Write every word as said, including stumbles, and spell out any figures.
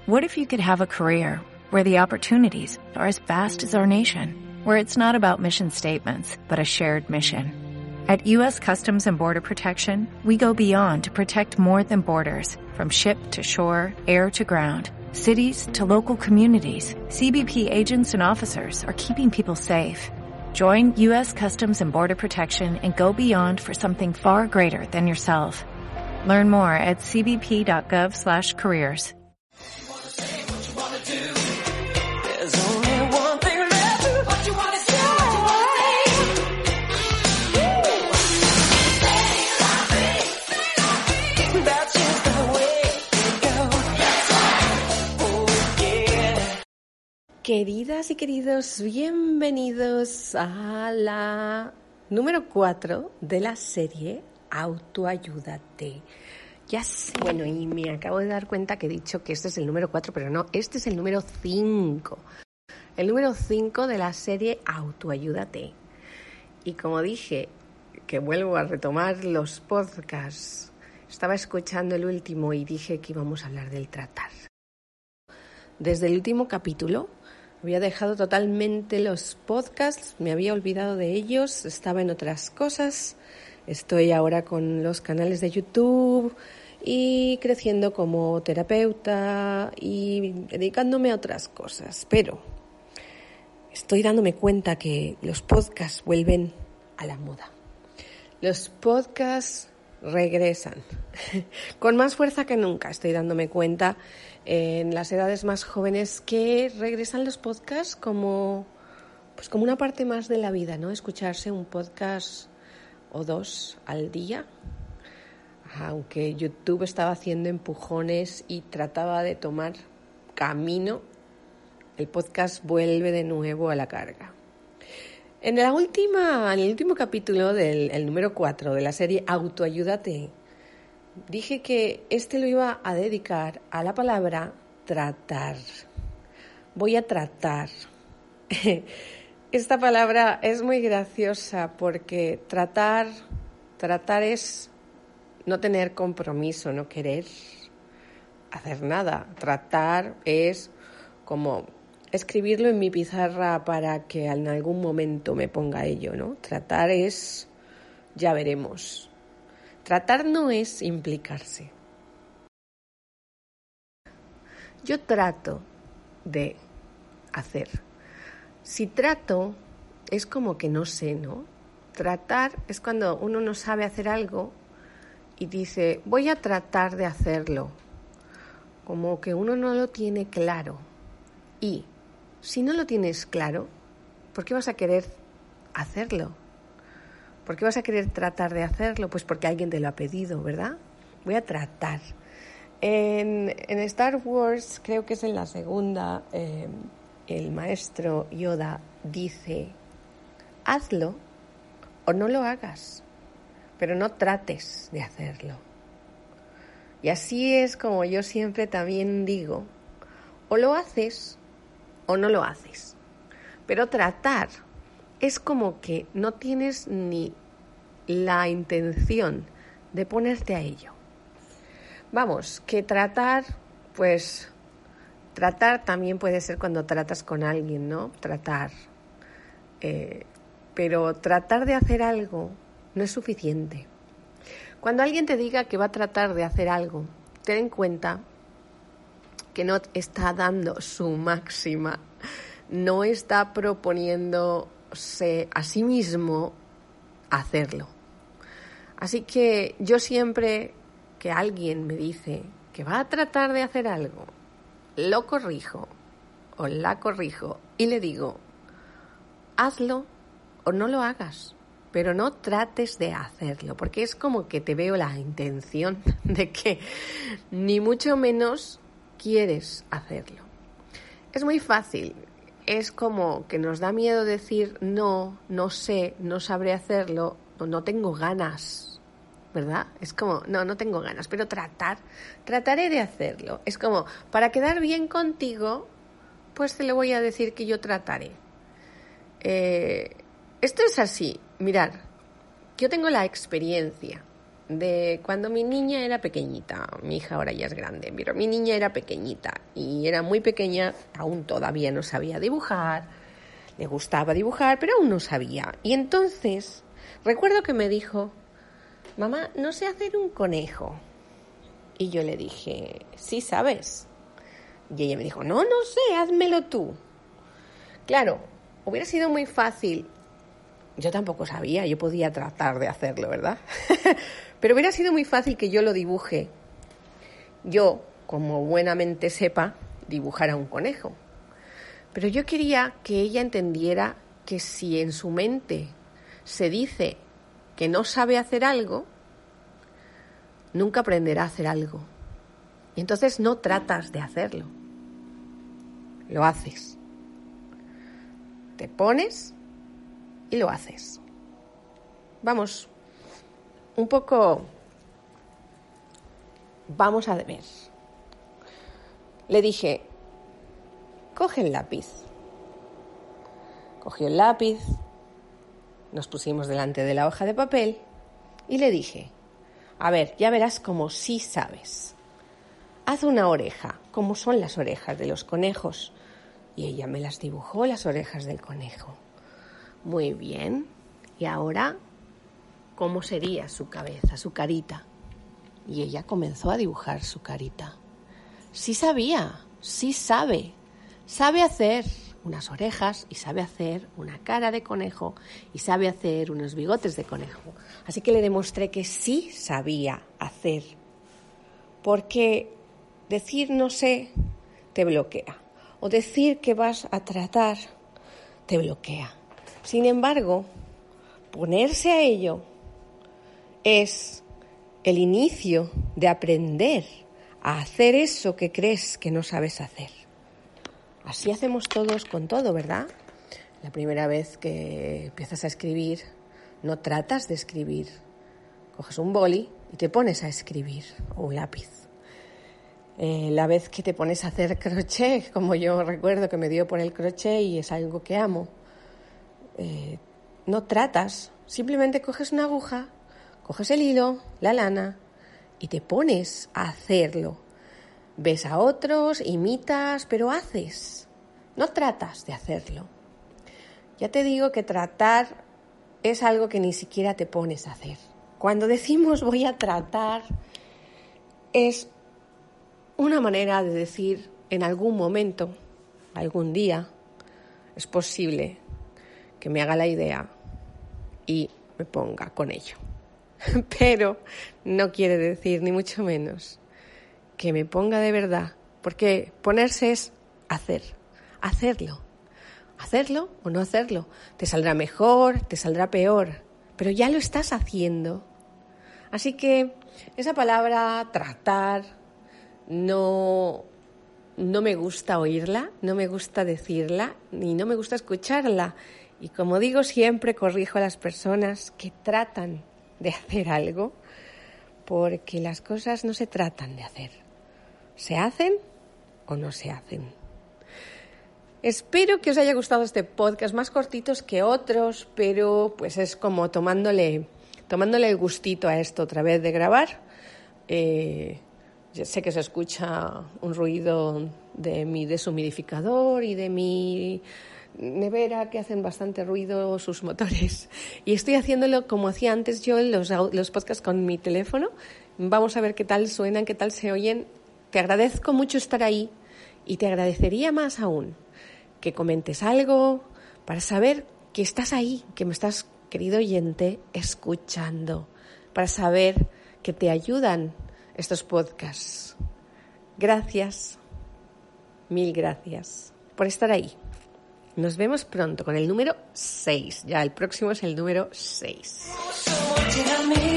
What if you could have a career where the opportunities are as vast as our nation, where it's not about mission statements, but a shared mission? At U S Customs and Border Protection, we go beyond to protect more than borders, from ship to shore, air to ground, cities to local communities. C B P agents and officers are keeping people safe. Join U S Customs and Border Protection and go beyond for something far greater than yourself. Learn more at c b p dot gov slash careers. Queridas y queridos, bienvenidos a la número cuatro de la serie Autoayúdate. Ya sé, bueno, y me acabo de dar cuenta que he dicho que este es el número cuatro, pero no, este es el número cinco. El número cinco de la serie Autoayúdate. Y como dije, que vuelvo a retomar los podcasts, estaba escuchando el último y dije que íbamos a hablar del tratar. Desde el último capítulo había dejado totalmente los podcasts, me había olvidado de ellos, estaba en otras cosas. Estoy ahora con los canales de YouTube y creciendo como terapeuta y dedicándome a otras cosas. Pero estoy dándome cuenta que los podcasts vuelven a la moda. Los podcasts regresan con más fuerza que nunca. Estoy dándome cuenta en las edades más jóvenes que regresan los podcasts como, pues como una parte más de la vida, ¿no? Escucharse un podcast o dos al día, aunque YouTube estaba haciendo empujones y trataba de tomar camino, el podcast vuelve de nuevo a la carga. En la última, en el último capítulo del el número cuatro de la serie Autoayúdate, dije que este lo iba a dedicar a la palabra tratar. Voy a tratar. Esta palabra es muy graciosa porque tratar, tratar es no tener compromiso, no querer hacer nada. Tratar es como escribirlo en mi pizarra para que en algún momento me ponga a ello, ¿no? Tratar es ya veremos. Tratar no es implicarse. Yo trato de hacer. Si trato, es como que no sé, ¿no? Tratar es cuando uno no sabe hacer algo y dice, voy a tratar de hacerlo. Como que uno no lo tiene claro. Y si no lo tienes claro, ¿por qué vas a querer hacerlo? ¿Por qué vas a querer tratar de hacerlo? Pues porque alguien te lo ha pedido, ¿verdad? Voy a tratar. En, en Star Wars, creo que es en la segunda, eh, el maestro Yoda dice, hazlo o no lo hagas, pero no trates de hacerlo. Y así es como yo siempre también digo, o lo haces o no lo haces. Pero tratar es como que no tienes ni la intención de ponerte a ello. Vamos, que tratar, pues tratar también puede ser cuando tratas con alguien, ¿no? Tratar. Eh, pero tratar de hacer algo no es suficiente. Cuando alguien te diga que va a tratar de hacer algo, ten en cuenta que no está dando su máxima, no está proponiéndose a sí mismo hacerlo. Así que yo siempre que alguien me dice que va a tratar de hacer algo, lo corrijo o la corrijo y le digo, hazlo o no lo hagas, pero no trates de hacerlo, porque es como que te veo la intención de que ni mucho menos quieres hacerlo. Es muy fácil, es como que nos da miedo decir no, no sé, no sabré hacerlo, o no tengo ganas, ¿verdad? Es como, no, no tengo ganas, pero tratar, trataré de hacerlo. Es como, para quedar bien contigo, pues te lo voy a decir que yo trataré. Eh, esto es así, mirad, yo tengo la experiencia de cuando mi niña era pequeñita. Mi hija ahora ya es grande, pero mi niña era pequeñita y era muy pequeña, aún todavía no sabía dibujar, le gustaba dibujar, pero aún no sabía. Y entonces recuerdo que me dijo: mamá, no sé hacer un conejo. Y yo le dije: sí sabes. Y ella me dijo: no, no sé, házmelo tú. Claro, hubiera sido muy fácil. Yo tampoco sabía, yo podía tratar de hacerlo, ¿verdad? Pero hubiera sido muy fácil que yo lo dibuje. Yo, como buenamente sepa, dibujara un conejo. Pero yo quería que ella entendiera que si en su mente se dice que no sabe hacer algo, nunca aprenderá a hacer algo. Y entonces no tratas de hacerlo. Lo haces. Te pones y lo haces. Vamos, un poco, vamos a ver. Le dije: coge el lápiz. Cogió el lápiz, nos pusimos delante de la hoja de papel y le dije: a ver, ya verás como sí sabes. Haz una oreja, como son las orejas de los conejos. Y ella me las dibujó, las orejas del conejo. Muy bien. Y ahora, ¿cómo sería su cabeza, su carita? Y ella comenzó a dibujar su carita. Sí sabía, sí sabe. Sabe hacer unas orejas y sabe hacer una cara de conejo y sabe hacer unos bigotes de conejo. Así que le demostré que sí sabía hacer. Porque decir no sé te bloquea. O decir que vas a tratar te bloquea. Sin embargo, ponerse a ello es el inicio de aprender a hacer eso que crees que no sabes hacer. Así hacemos todos con todo, ¿verdad? La primera vez que empiezas a escribir, no tratas de escribir. Coges un boli y te pones a escribir, o un lápiz. Eh, la vez que te pones a hacer crochet, como yo recuerdo que me dio por el crochet y es algo que amo, eh, no tratas, simplemente coges una aguja, coges el hilo, la lana y te pones a hacerlo. Ves a otros, imitas, pero haces, no tratas de hacerlo. Ya te digo que tratar es algo que ni siquiera te pones a hacer. Cuando decimos voy a tratar, es una manera de decir en algún momento, algún día, es posible que me haga la idea y me ponga con ello. Pero no quiere decir, ni mucho menos, que me ponga de verdad, porque ponerse es hacer, hacerlo. Hacerlo o no hacerlo. Te saldrá mejor, te saldrá peor, pero ya lo estás haciendo. Así que esa palabra tratar no, no me gusta oírla, no me gusta decirla, ni no me gusta escucharla. Y como digo, siempre corrijo a las personas que tratan de hacer algo, porque las cosas no se tratan de hacer. ¿Se hacen o no se hacen? Espero que os haya gustado este podcast, más cortitos que otros, pero pues es como tomándole, tomándole el gustito a esto otra vez de grabar. Eh, yo sé que se escucha un ruido de mi deshumidificador y de mi nevera que hacen bastante ruido sus motores. Y estoy haciéndolo como hacía antes yo en los, los podcasts con mi teléfono. Vamos a ver qué tal suenan, qué tal se oyen. Te agradezco mucho estar ahí y te agradecería más aún que comentes algo para saber que estás ahí, que me estás, querido oyente, escuchando, para saber que te ayudan estos podcasts. Gracias, mil gracias por estar ahí. Nos vemos pronto con el número seis. Ya el próximo es el número seis.